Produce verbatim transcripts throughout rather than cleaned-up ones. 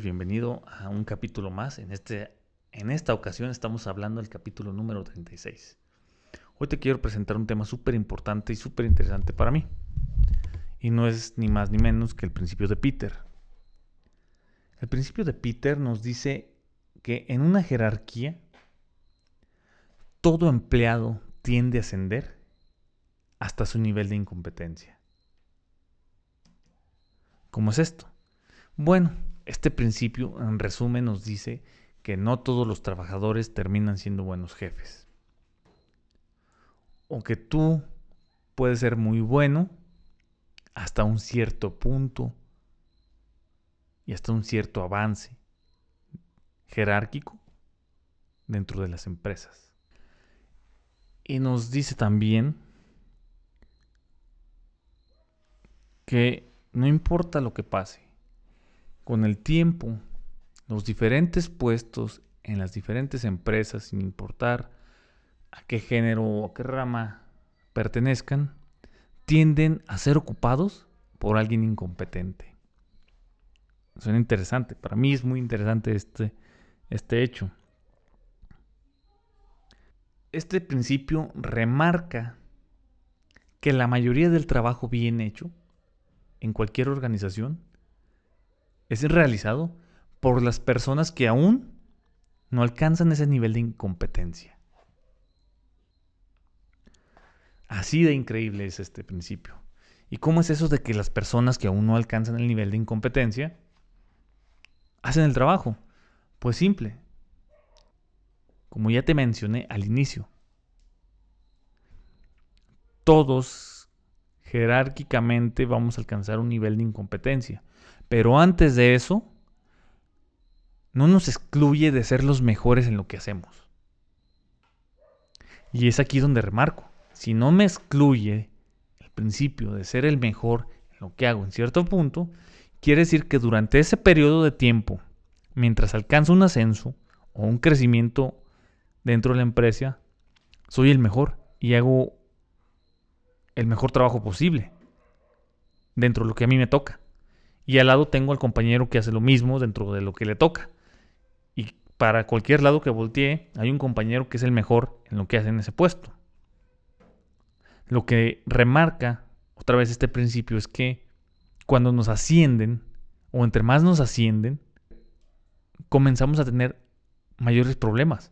bienvenido a un capítulo más. En, este, en esta ocasión estamos hablando del capítulo número treinta y seis. Hoy te quiero presentar un tema súper importante y súper interesante para mí. Y no es ni más ni menos que el principio de Peter. El principio de Peter nos dice que en una jerarquía todo empleado tiende a ascender hasta su nivel de incompetencia. ¿Cómo es esto? Bueno, este principio en resumen nos dice que no todos los trabajadores terminan siendo buenos jefes. O que tú puedes ser muy bueno hasta un cierto punto y hasta un cierto avance jerárquico dentro de las empresas. Y nos dice también que no importa lo que pase, con el tiempo, los diferentes puestos en las diferentes empresas, sin importar a qué género o a qué rama pertenezcan, tienden a ser ocupados por alguien incompetente. Suena interesante. Para mí es muy interesante este, este hecho. Este principio remarca que la mayoría del trabajo bien hecho en cualquier organización es realizado por las personas que aún no alcanzan ese nivel de incompetencia. Así de increíble es este principio. ¿Y cómo es eso de que las personas que aún no alcanzan el nivel de incompetencia hacen el trabajo? Pues simple. Como ya te mencioné al inicio, todos jerárquicamente vamos a alcanzar un nivel de incompetencia. Pero antes de eso, no nos excluye de ser los mejores en lo que hacemos. Y es aquí donde remarco. Si no me excluye el principio de ser el mejor en lo que hago en cierto punto, quiere decir que durante ese periodo de tiempo, mientras alcanzo un ascenso o un crecimiento dentro de la empresa, soy el mejor y hago el mejor trabajo posible dentro de lo que a mí me toca. Y al lado tengo al compañero que hace lo mismo dentro de lo que le toca. Y para cualquier lado que voltee, hay un compañero que es el mejor en lo que hace en ese puesto. Lo que remarca otra vez este principio es que cuando nos ascienden, o entre más nos ascienden, comenzamos a tener mayores problemas.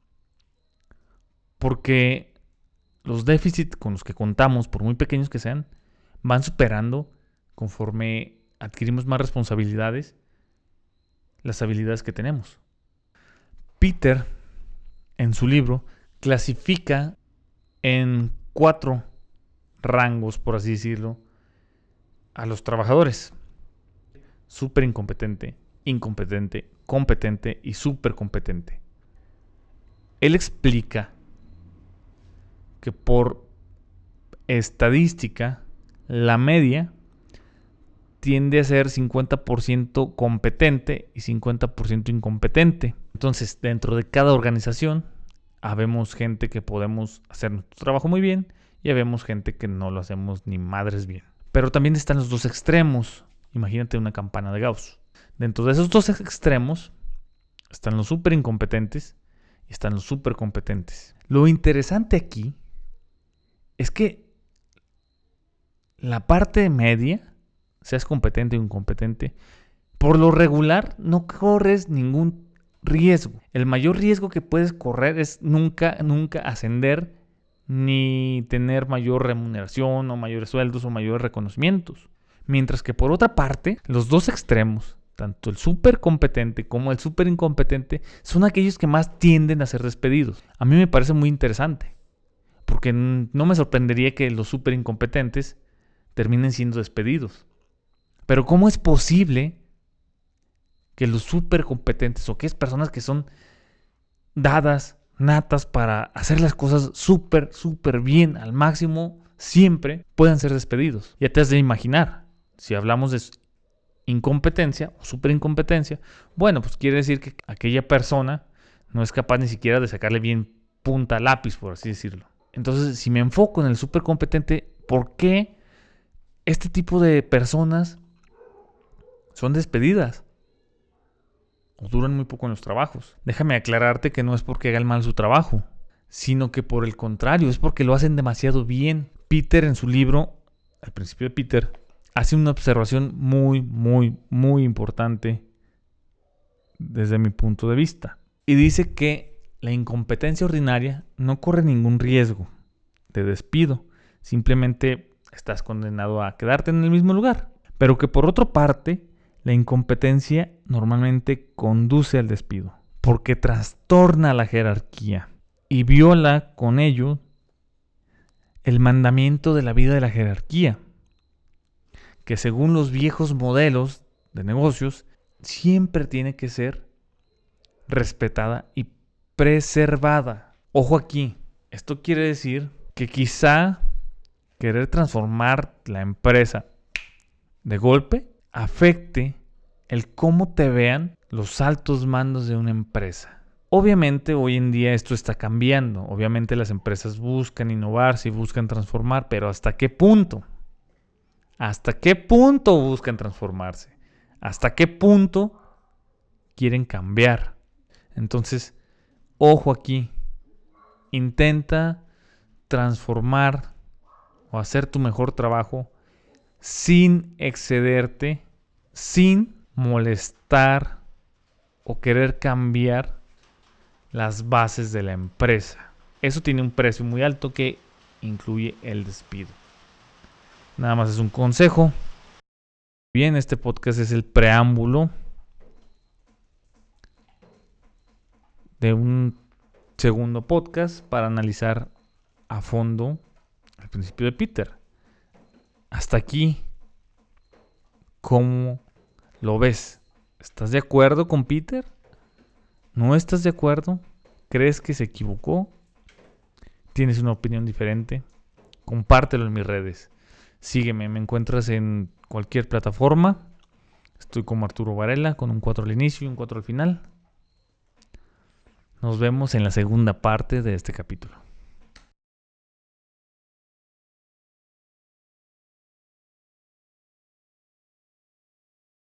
Porque los déficits con los que contamos, por muy pequeños que sean, van superando conforme adquirimos más responsabilidades, las habilidades que tenemos. Peter, en su libro, clasifica en cuatro rangos, por así decirlo, a los trabajadores: súper incompetente, incompetente, competente y súper competente. Él explica que por estadística, la media tiende a ser cincuenta por ciento competente y cincuenta por ciento incompetente. Entonces, dentro de cada organización, habemos gente que podemos hacer nuestro trabajo muy bien y habemos gente que no lo hacemos ni madres bien. Pero también están los dos extremos. Imagínate una campana de Gauss. Dentro de esos dos extremos están los súper incompetentes y están los súper competentes. Lo interesante aquí es que la parte media, seas competente o incompetente, por lo regular no corres ningún riesgo. El mayor riesgo que puedes correr es nunca, nunca ascender ni tener mayor remuneración o mayores sueldos o mayores reconocimientos. Mientras que por otra parte, los dos extremos, tanto el súper competente como el súper incompetente, son aquellos que más tienden a ser despedidos. A mí me parece muy interesante, porque no me sorprendería que los súper incompetentes terminen siendo despedidos. Pero ¿cómo es posible que los súper competentes o que es personas que son dadas, natas para hacer las cosas súper, súper bien, al máximo, siempre, puedan ser despedidos? Ya te has de imaginar, si hablamos de incompetencia o súper incompetencia, bueno, pues quiere decir que aquella persona no es capaz ni siquiera de sacarle bien punta al lápiz, por así decirlo. Entonces, si me enfoco en el súper competente, ¿por qué este tipo de personas son despedidas? o duran muy poco en los trabajos. Déjame aclararte que no es porque hagan mal su trabajo, sino que por el contrario, es porque lo hacen demasiado bien. Peter, en su libro, al principio de Peter, hace una observación muy, muy, muy importante desde mi punto de vista. Y dice que la incompetencia ordinaria no corre ningún riesgo de despido. Simplemente estás condenado a quedarte en el mismo lugar. Pero que por otra parte, la incompetencia normalmente conduce al despido, porque trastorna la jerarquía y viola con ello el mandamiento de la vida de la jerarquía, que según los viejos modelos de negocios, siempre tiene que ser respetada y preservada. Ojo aquí, esto quiere decir que quizá querer transformar la empresa de golpe afecte el cómo te vean los altos mandos de una empresa. Obviamente hoy en día esto está cambiando. Obviamente las empresas buscan innovarse y buscan transformar, pero ¿hasta qué punto? ¿Hasta qué punto buscan transformarse? ¿Hasta qué punto quieren cambiar? Entonces, ojo aquí. Intenta transformar o hacer tu mejor trabajo sin excederte, sin molestar o querer cambiar las bases de la empresa. Eso tiene un precio muy alto que incluye el despido. Nada más es un consejo. Bien, este podcast es el preámbulo de un segundo podcast para analizar a fondo el principio de Peter. Hasta aquí, ¿cómo lo ves? ¿Estás de acuerdo con Peter? ¿No estás de acuerdo? ¿Crees que se equivocó? ¿Tienes una opinión diferente? Compártelo en mis redes. Sígueme, me encuentras en cualquier plataforma. Estoy como Arturo Varela, con un cuatro al inicio y un cuatro al final. Nos vemos en la segunda parte de este capítulo.